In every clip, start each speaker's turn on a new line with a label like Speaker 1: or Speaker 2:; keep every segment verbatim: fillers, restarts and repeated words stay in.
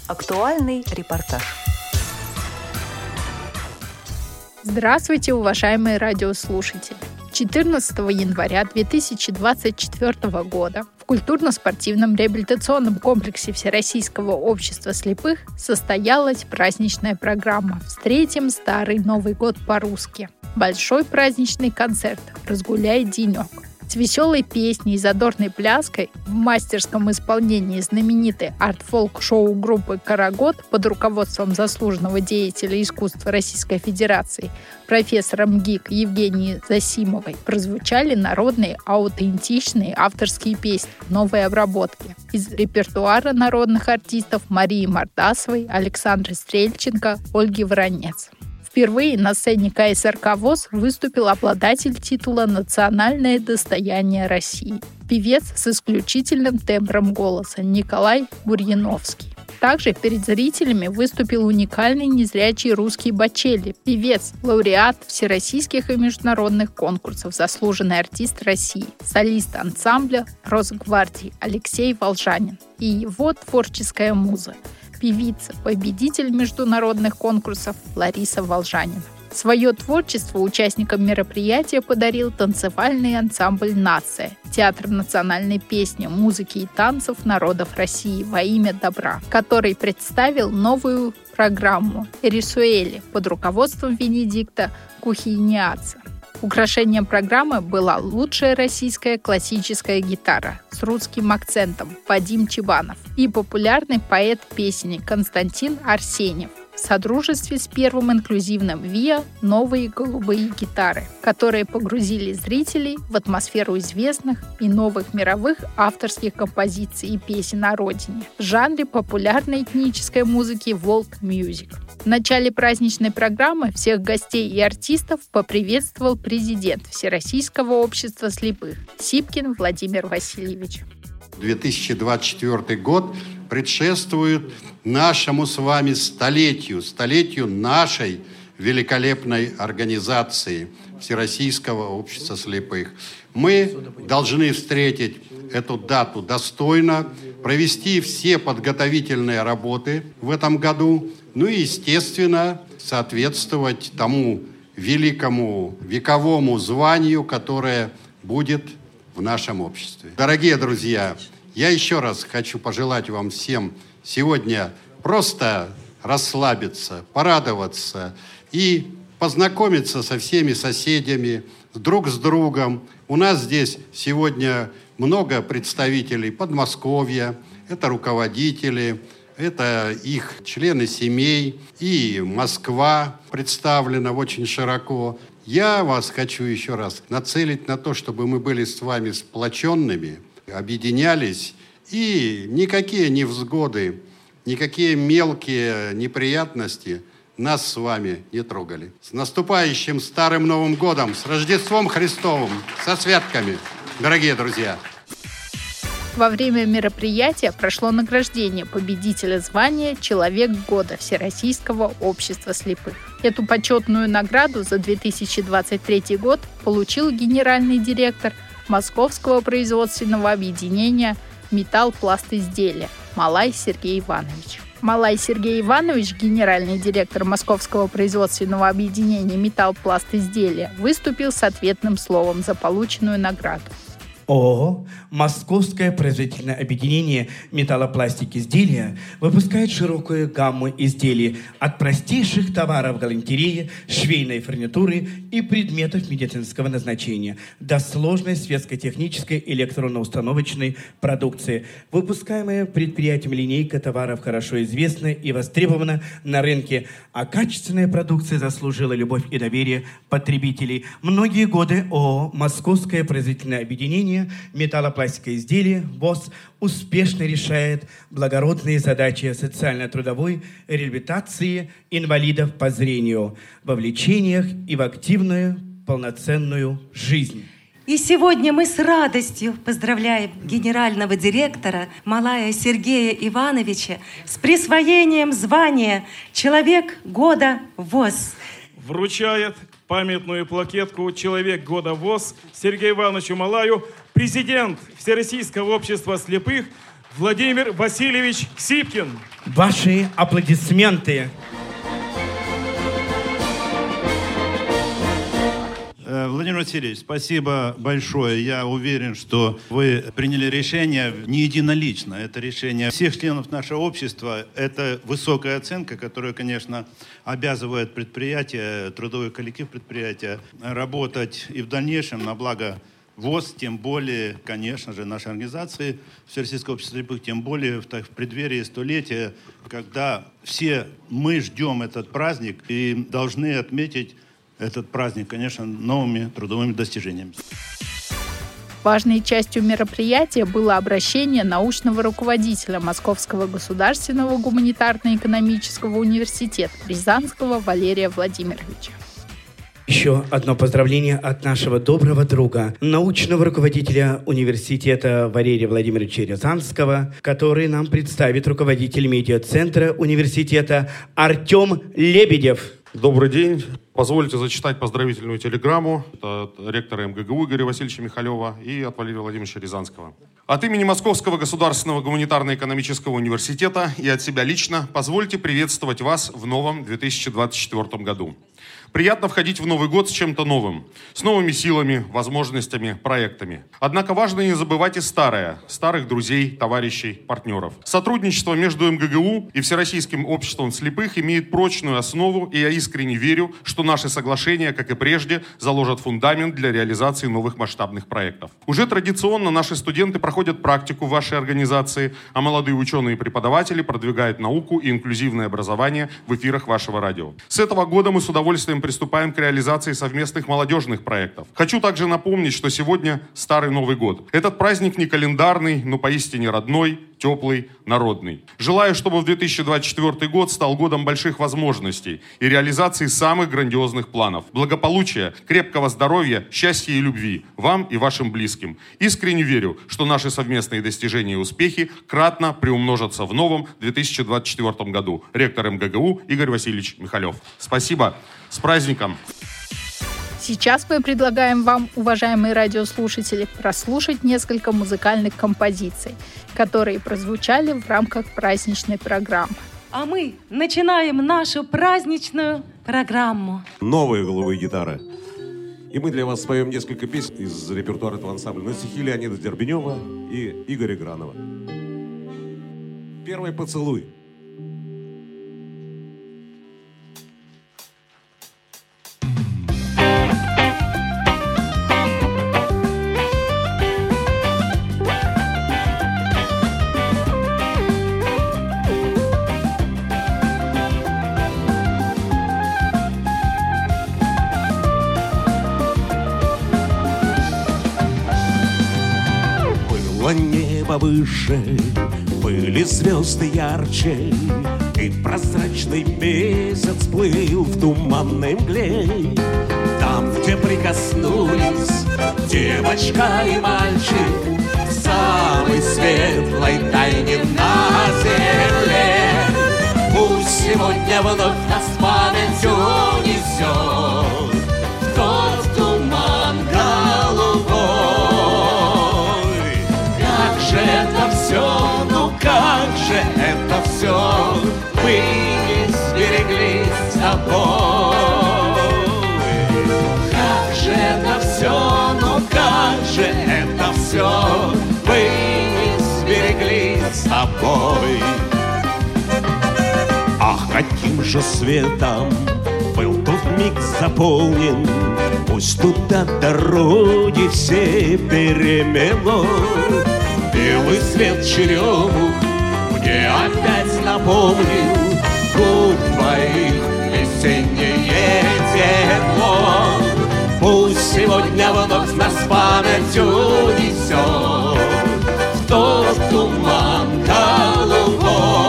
Speaker 1: Актуальный репортаж.
Speaker 2: Здравствуйте, уважаемые радиослушатели! четырнадцатого января две тысячи двадцать четвёртого года в культурно-спортивном реабилитационном комплексе Всероссийского общества слепых состоялась праздничная программа «Встретим Старый Новый год по-русски». Большой праздничный концерт «Разгуляй денек». С веселой песней и задорной пляской в мастерском исполнении знаменитой арт-фолк-шоу группы «Карагод» под руководством заслуженного деятеля искусства Российской Федерации профессора МГИК Евгении Засимовой прозвучали народные аутентичные авторские песни новой обработки из репертуара народных артистов Марии Мордасовой, Александры Стрельченко, Ольги Воронец. Впервые на сцене ка эс эр ка ВОС выступил обладатель титула «Национальное достояние России» – певец с исключительным тембром голоса Николай Бурьяновский. Также перед зрителями выступил уникальный незрячий русский Бочелли, певец, лауреат всероссийских и международных конкурсов, заслуженный артист России, солист ансамбля «Росгвардии» Алексей Волжанин и его творческая муза – певица, победитель международных конкурсов Лариса Волжанина. Свое творчество участникам мероприятия подарил танцевальный ансамбль «Нация», театр национальной песни, музыки и танцев народов России во имя добра, который представил новую программу «Эрисуэли» под руководством Венедикта Кухиниадзе. Украшением программы была лучшая российская классическая гитара с русским акцентом Вадим Чебанов и популярный поэт-песенник Константин Арсеньев в содружестве с первым инклюзивным ВИА «Новые голубые гитары», которые погрузили зрителей в атмосферу известных и новых мировых авторских композиций и песен о родине в жанре популярной этнической музыки World Music. В начале праздничной программы всех гостей и артистов поприветствовал президент Всероссийского общества слепых Сипкин Владимир Васильевич.
Speaker 3: две тысячи двадцать четвёртый год предшествует нашему с вами столетию, столетию нашей великолепной организации Всероссийского общества слепых. Мы должны встретить эту дату достойно, провести все подготовительные работы в этом году, ну и, естественно, соответствовать тому великому вековому званию, которое будет в нашем обществе. Дорогие друзья, я еще раз хочу пожелать вам всем сегодня просто расслабиться, порадоваться и познакомиться со всеми соседями, друг с другом. У нас здесь сегодня много представителей Подмосковья, это руководители, это их члены семей, и Москва представлена очень широко. Я вас хочу еще раз нацелить на то, чтобы мы были с вами сплоченными, объединялись, и никакие невзгоды, никакие мелкие неприятности нас с вами не трогали. С наступающим Старым Новым Годом, с Рождеством Христовым, со святками, дорогие друзья!
Speaker 2: Во время мероприятия прошло награждение победителя звания «Человек года» Всероссийского общества слепых. Эту почетную награду за две тысячи двадцать третий год получил генеральный директор Московского производственного объединения «Металл-пласт-изделия» Малай Сергей Иванович. Малай Сергей Иванович, генеральный директор Московского производственного объединения «Металл-пласт-изделия», выступил с ответным словом за полученную награду.
Speaker 4: ООО «Московское производительное объединение металлопластики изделия» выпускает широкую гамму изделий от простейших товаров галантереи, швейной фурнитуры и предметов медицинского назначения до сложной светско-технической электронно-установочной продукции. Выпускаемая предприятием линейка товаров хорошо известна и востребована на рынке, а качественная продукция заслужила любовь и доверие потребителей. Многие годы ООО «Московское производительное объединение металлопластика изделия ВОС успешно решает благородные задачи социально-трудовой реабилитации инвалидов по зрению, вовлечениях и в активную полноценную жизнь.
Speaker 5: И сегодня мы с радостью поздравляем генерального директора Малая Сергея Ивановича с присвоением звания «Человек года ВОС».
Speaker 6: Вручает памятную плакетку «Человек года ВОС» Сергею Ивановичу Малаю президент Всероссийского общества слепых Владимир Васильевич Сипкин.
Speaker 4: Ваши аплодисменты.
Speaker 1: Владимир Васильевич, спасибо большое. Я уверен, что вы приняли решение не единолично. Это решение всех членов нашего общества. Это высокая оценка, которая, конечно, обязывает предприятие, трудовой коллектив предприятия работать и в дальнейшем на благо ВОС, тем более, конечно же, нашей организации Всероссийского общества слепых, тем более в, так, в преддверии столетия, когда все мы ждем этот праздник и должны отметить этот праздник, конечно, новыми трудовыми достижениями.
Speaker 2: Важной частью мероприятия было обращение научного руководителя Московского государственного гуманитарно-экономического университета Рязанского Валерия Владимировича.
Speaker 4: Еще одно поздравление от нашего доброго друга, научного руководителя университета Валерия Владимировича Рязанского, который нам представит руководитель медиацентра университета Артем Лебедев.
Speaker 7: Добрый день. Позвольте зачитать поздравительную телеграмму от ректора эм гэ гэ у Игоря Васильевича Михалева и от Валерия Владимировича Рязанского. От имени Московского государственного гуманитарно-экономического университета и от себя лично позвольте приветствовать вас в новом две тысячи двадцать четвёртом году. Приятно входить в Новый год с чем-то новым, с новыми силами, возможностями, проектами. Однако важно не забывать и старое, старых друзей, товарищей, партнеров. Сотрудничество между эм гэ гэ у и Всероссийским обществом слепых имеет прочную основу, и я искренне верю, что наши соглашения, как и прежде, заложат фундамент для реализации новых масштабных проектов. Уже традиционно наши студенты проходят практику в вашей организации, а молодые ученые и преподаватели продвигают науку и инклюзивное образование в эфирах вашего радио. С этого года мы с удовольствием приступаем к реализации совместных молодежных проектов. Хочу также напомнить, что сегодня Старый Новый год. Этот праздник не календарный, но поистине родной, теплый, народный. Желаю, чтобы в две тысячи двадцать четвёртый год стал годом больших возможностей и реализации самых грандиозных планов. Благополучия, крепкого здоровья, счастья и любви вам и вашим близким. Искренне верю, что наши совместные достижения и успехи кратно приумножатся в новом две тысячи двадцать четвёртом году. Ректор эм гэ гэ у Игорь Васильевич Михалев. Спасибо. С праздником!
Speaker 2: Сейчас мы предлагаем вам, уважаемые радиослушатели, прослушать несколько музыкальных композиций, которые прозвучали в рамках праздничной программы.
Speaker 5: А мы начинаем нашу праздничную программу.
Speaker 8: Новые голубые гитары. И мы для вас споем несколько песен из репертуара этого ансамбля на стихи Леонида Дербенева и Игоря Гранова. Первый поцелуй.
Speaker 9: Небо выше, были звезды ярче, и прозрачный месяц плыл в туманной мгле. Там, где прикоснулись девочка и мальчик, в самой светлой тайне на земле. Пусть сегодня вновь нас память унесет в тот туман голубой. Это все, ну как же это все мы не сберегли с тобой? Как же это все, ну как же это все мы не сберегли с тобой? Ах, каким же светом был тот миг заполнен, пусть туда дороги все перемело. Белый свет черемух мне опять напомнил губ твоих весеннее тепло. Пусть сегодня вновь нас память унесет в тот туман голубой.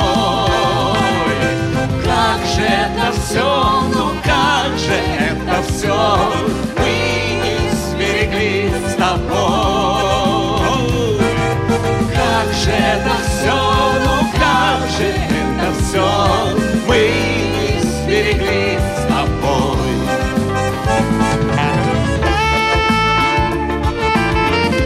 Speaker 9: Как же это все, ну как же это все мы не сберегли с тобой? Как же это все, ну как же это все мы не сберегли с тобой?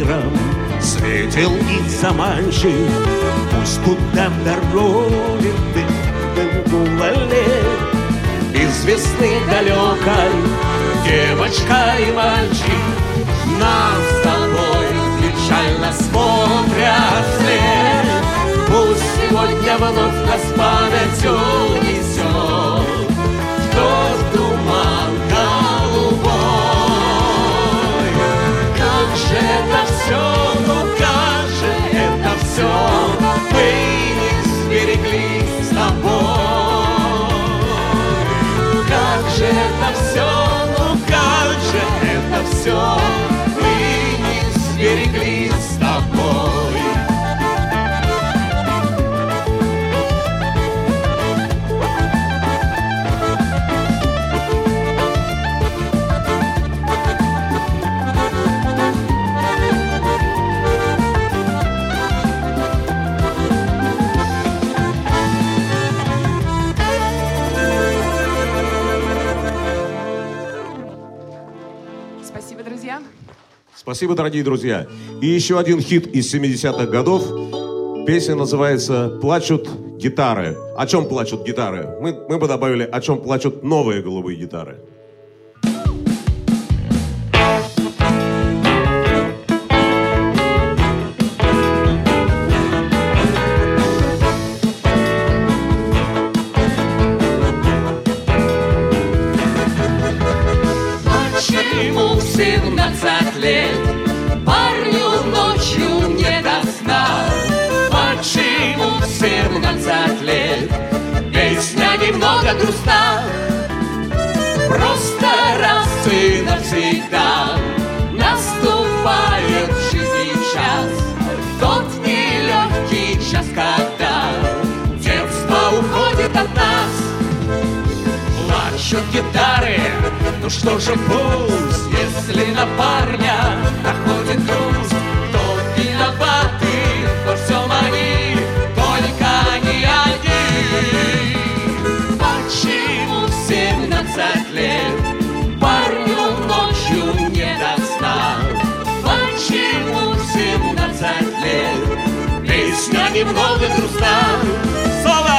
Speaker 9: миром светил и заманчив. Пусть туда дороги вымывали из весны далекой девочка и мальчик. Нас с тобой печально смотрят вслед. Пусть сегодня вновь нас память унесет в тот туман голубой. Как же это все, ну как же это все мы не сберегли с тобой. Как же это все, ну как же это все мы не сберегли с тобой.
Speaker 8: Спасибо, дорогие друзья. И еще один хит из семидесятых годов. Песня называется «Плачут гитары». О чем плачут гитары? Мы, мы бы добавили «О чем плачут новые голубые гитары».
Speaker 9: Почему в семнадцать лет парню ночью не до сна? Почему в семнадцать лет песня немного грустна? Просто раз и навсегда наступает в жизни час, тот нелегкий час, когда детство уходит от нас. Плачут гитары, ну что же пусть, если на парня находит грусть, кто виноваты во всем они, только они одни. Почему в семнадцать лет парню ночью не до сна? Почему в семнадцать лет песня немного грустна? Соло!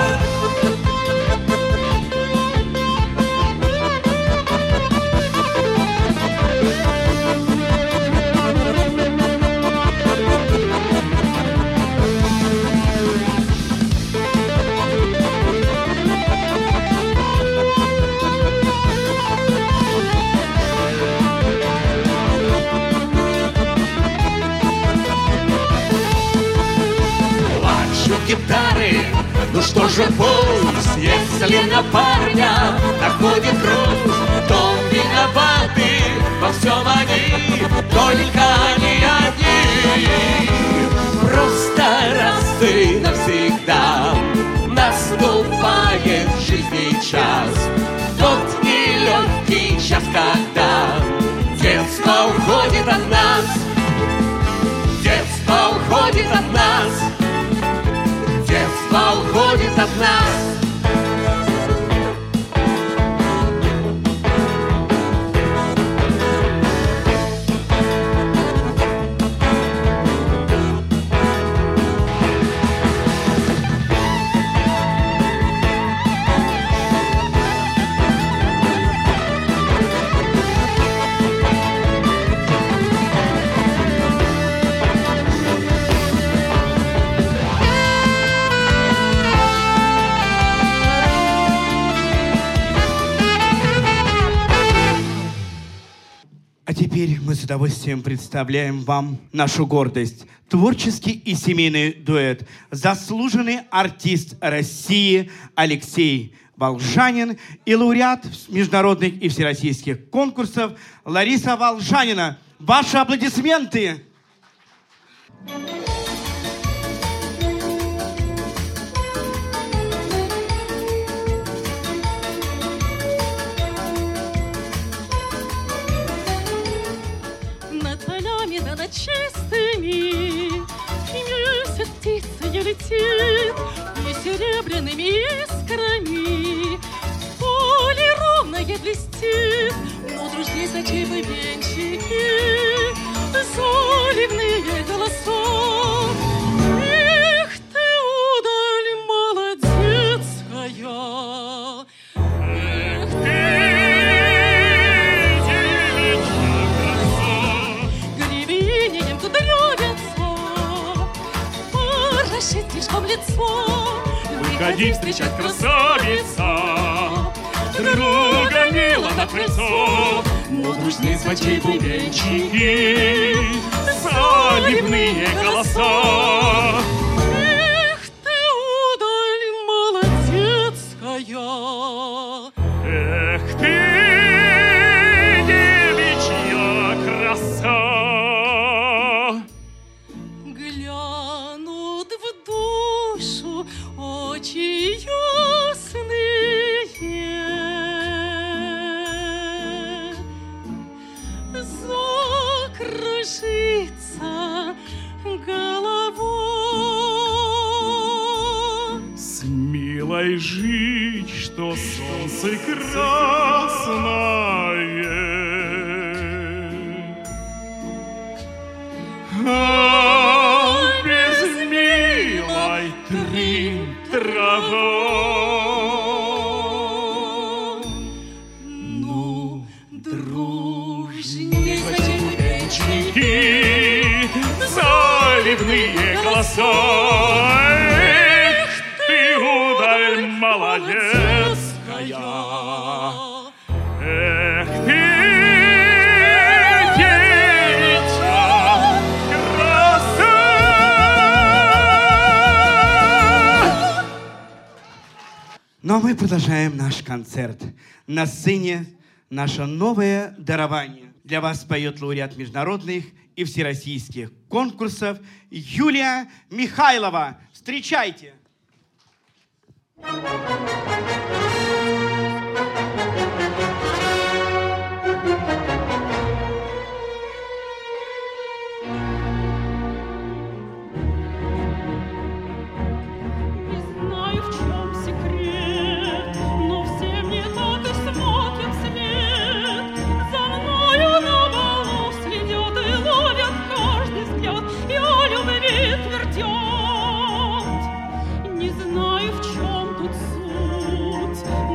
Speaker 9: Гитары, ну что же пусть, если на парня находит грусть, то виноваты во всем они, только они одни. Просто раз и навсегда наступает в жизни час, тот нелегкий час, когда детство уходит от нас, детство уходит от нас. Детство уходит от нас.
Speaker 4: Теперь мы с удовольствием представляем вам нашу гордость. Творческий и семейный дуэт. Заслуженный артист России Алексей Волжанин и лауреат международных и всероссийских конкурсов Лариса Волжанина. Ваши аплодисменты!
Speaker 10: Над чистыми, и месяц птицей летит, и серебряными искрами в поле ровное блестит. Но дружней зачем вы венчики, заливные голоса. Эх ты, удаль молодецкая, эх ты, девичья краса, гребеньем кудрявятся, порошит слишком лицо.
Speaker 6: Выходи встречать, красавица, друга мила на крыльцо. Но дружные звончей бубенчики, заливные голоса.
Speaker 10: Эх ты, удаль молодецкая,
Speaker 6: Эх ты, девичья краса.
Speaker 10: глянут в душу очи ясные, закружится голова.
Speaker 6: С милой жить, что солнце красное, а без милой трын трава.
Speaker 10: Ну, дружней звончики,
Speaker 6: заливные голоса. Эх ты, удаль молодецкая, эх ты, девичья краса.
Speaker 4: Ну а мы продолжаем наш концерт. На сцене наше новое дарование. Для вас поет лауреат международных и всероссийских конкурсов Юлия Михайлова. Встречайте!
Speaker 10: не знаю, в чем секрет, но все мне так и смотрят вслед. За мною на балу следят и ловят каждый взгляд, и о любви твердят. Не знаю, в чем тут суть,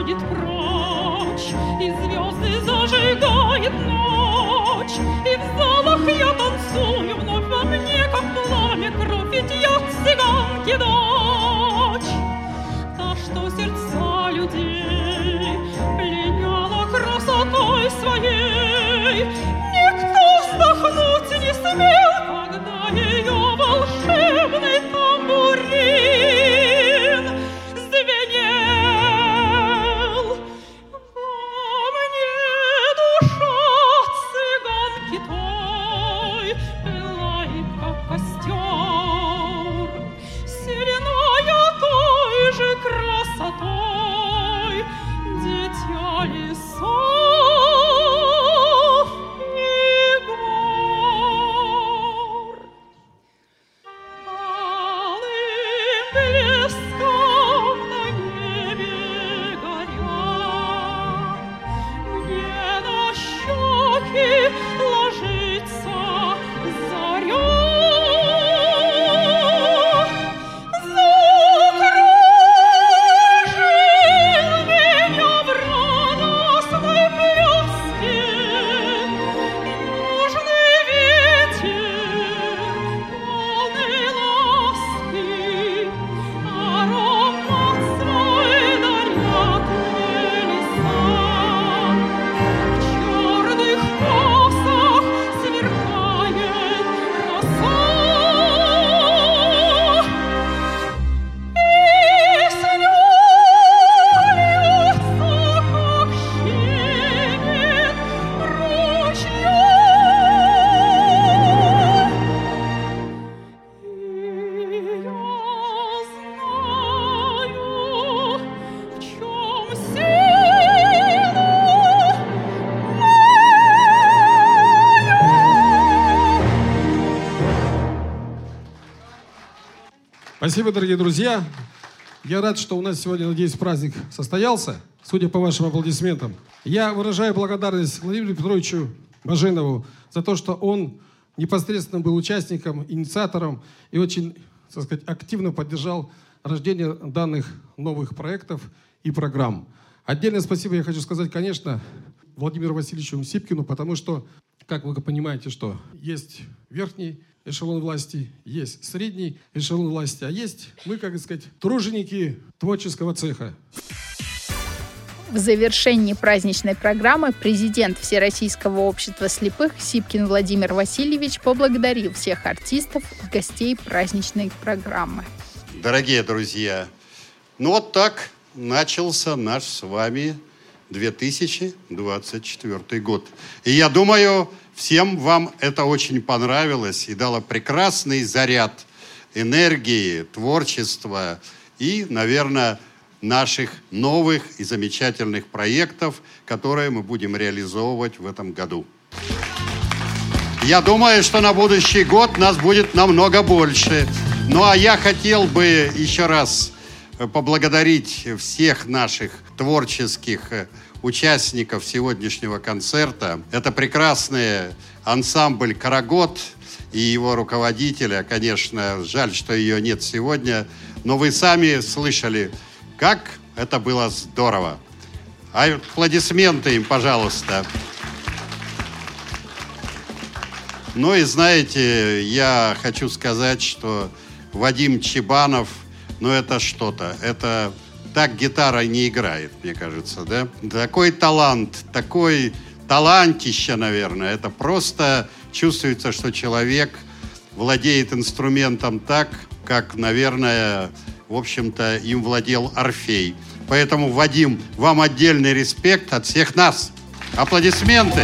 Speaker 10: уходит прочь, и звезды зажигает ночь, и в залах я танцую, вновь во мне, как пламя, кровь, ведь я цыганки дочь. Та, что сердца людей пленяла красотой своей, никто вздохнуть не смел, когда ее волшебный тамбурин звенел. Во мне душа цыганки той пылает, как костер, сильная той же красотой дитя лесов и гор. Алым блеском на небе горя, мне на щеки ложится заря. Закружил меня в радостной пляске южный ветер, полный ласки, аромат свой дарят мне леса. В черных косах сверкает роса, и сню льется, как щебет ручья. И я знаю, в чем сила
Speaker 11: Спасибо, дорогие друзья. Я рад, что у нас сегодня, надеюсь, праздник состоялся, судя по вашим аплодисментам. Я выражаю благодарность Владимиру Петровичу Баженову за то, что он непосредственно был участником, инициатором и очень, так сказать, активно поддержал рождение данных новых проектов и программ. Отдельное спасибо я хочу сказать, конечно, Владимиру Васильевичу Сипкину, потому что, как вы понимаете, что есть верхний эшелон власти, есть средний эшелон власти, а есть мы, как сказать, труженики творческого цеха.
Speaker 2: В завершении праздничной программы президент Всероссийского общества слепых Сипкин Владимир Васильевич поблагодарил всех артистов и гостей праздничной программы.
Speaker 3: Дорогие друзья, ну вот так начался наш с вами две тысячи двадцать четвёртый год. И я думаю, всем вам это очень понравилось и дало прекрасный заряд энергии, творчества и, наверное, наших новых и замечательных проектов, которые мы будем реализовывать в этом году. Я думаю, что на будущий год нас будет намного больше. Ну а я хотел бы еще раз поблагодарить всех наших творческих участников сегодняшнего концерта. Это прекрасный ансамбль «Карагод» и его руководителя. Конечно, жаль, что ее нет сегодня, но вы сами слышали, как это было здорово. Аплодисменты им, пожалуйста. Ну и знаете, я хочу сказать, что Вадим Чебанов, ну это что-то, это так гитара не играет, мне кажется, да? Такой талант, такой талантище, наверное, это просто чувствуется, что человек владеет инструментом так, как, наверное, в общем-то, им владел Орфей. Поэтому, Вадим, вам отдельный респект от всех нас. Аплодисменты!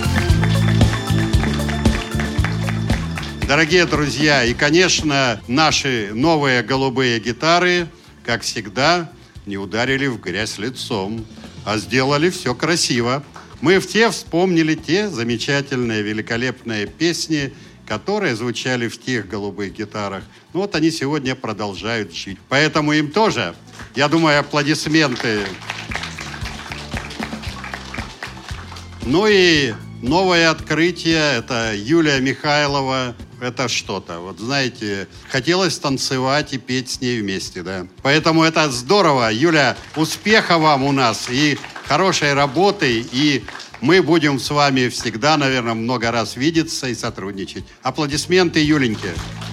Speaker 3: Дорогие друзья, и, конечно, наши новые голубые гитары, как всегда, не ударили в грязь лицом, а сделали все красиво. Мы все вспомнили те замечательные, великолепные песни, которые звучали в тех голубых гитарах. Ну вот они сегодня продолжают жить. Поэтому им тоже, я думаю, аплодисменты. Ну и новое открытие – это Юлия Михайлова. это что-то. Вот знаете, хотелось танцевать и петь с ней вместе, да. Поэтому это здорово. Юля, успеха вам у нас и хорошей работы, и мы будем с вами всегда, наверное, много раз видеться и сотрудничать. Аплодисменты Юленьке.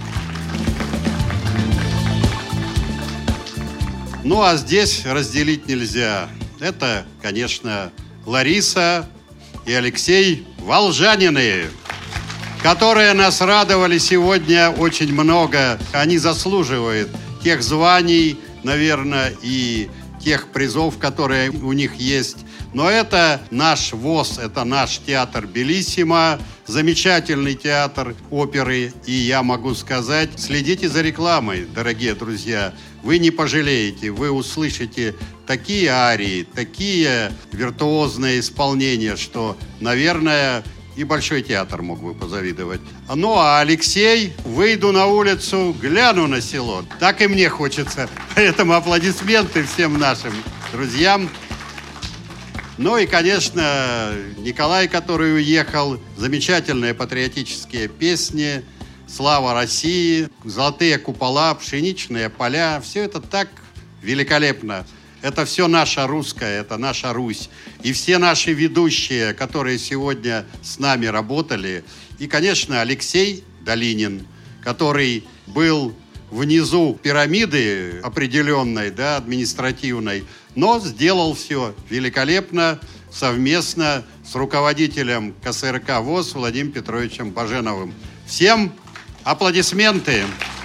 Speaker 3: Ну, а здесь разделить нельзя. Это, конечно, Лариса и Алексей Волжанины, которые нас радовали сегодня очень много. Они заслуживают тех званий, наверное, и тех призов, которые у них есть. Но это наш ВОС, это наш театр Белиссимо, замечательный театр оперы. И я могу сказать, следите за рекламой, дорогие друзья. Вы не пожалеете, вы услышите такие арии, такие виртуозные исполнения, что, наверное, и Большой театр мог бы позавидовать. Ну, а Алексей, выйду на улицу, гляну на село. Так и мне хочется. Поэтому аплодисменты всем нашим друзьям. Ну и, конечно, Николай, который уехал. Замечательные патриотические песни. «Слава России», «Золотые купола», «Пшеничные поля». Все это так великолепно. Это все наша русская, это наша Русь. И все наши ведущие, которые сегодня с нами работали. И, конечно, Алексей Долинин, который был внизу пирамиды определенной, да, административной, но сделал все великолепно, совместно с руководителем ка эс эр ка ВОС Владимиром Петровичем Баженовым. Всем аплодисменты!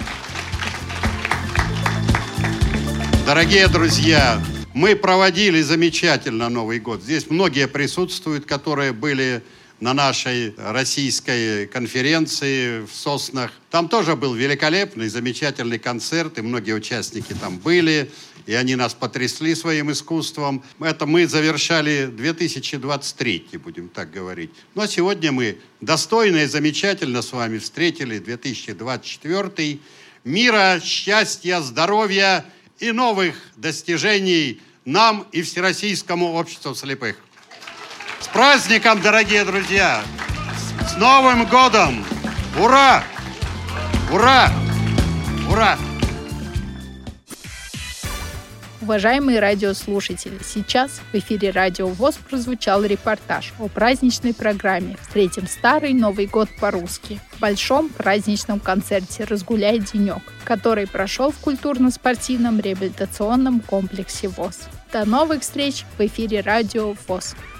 Speaker 3: Дорогие друзья, мы проводили замечательно Новый год. Здесь многие присутствуют, которые были на нашей российской конференции в Соснах. Там тоже был великолепный, замечательный концерт, и многие участники там были, и они нас потрясли своим искусством. Это мы завершали две тысячи двадцать третий, будем так говорить. Но сегодня мы достойно и замечательно с вами встретили две тысячи двадцать четвёртый. Мира, счастья, здоровья и новых достижений нам и Всероссийскому обществу слепых. С праздником, дорогие друзья! С Новым годом! Ура! Ура! Ура!
Speaker 2: Уважаемые радиослушатели, сейчас в эфире Радио ВОС прозвучал репортаж о праздничной программе «Встретим старый Новый год по-русски» в большом праздничном концерте «Разгуляй денек», который прошел в культурно-спортивном реабилитационном комплексе ВОС. До новых встреч в эфире Радио ВОС.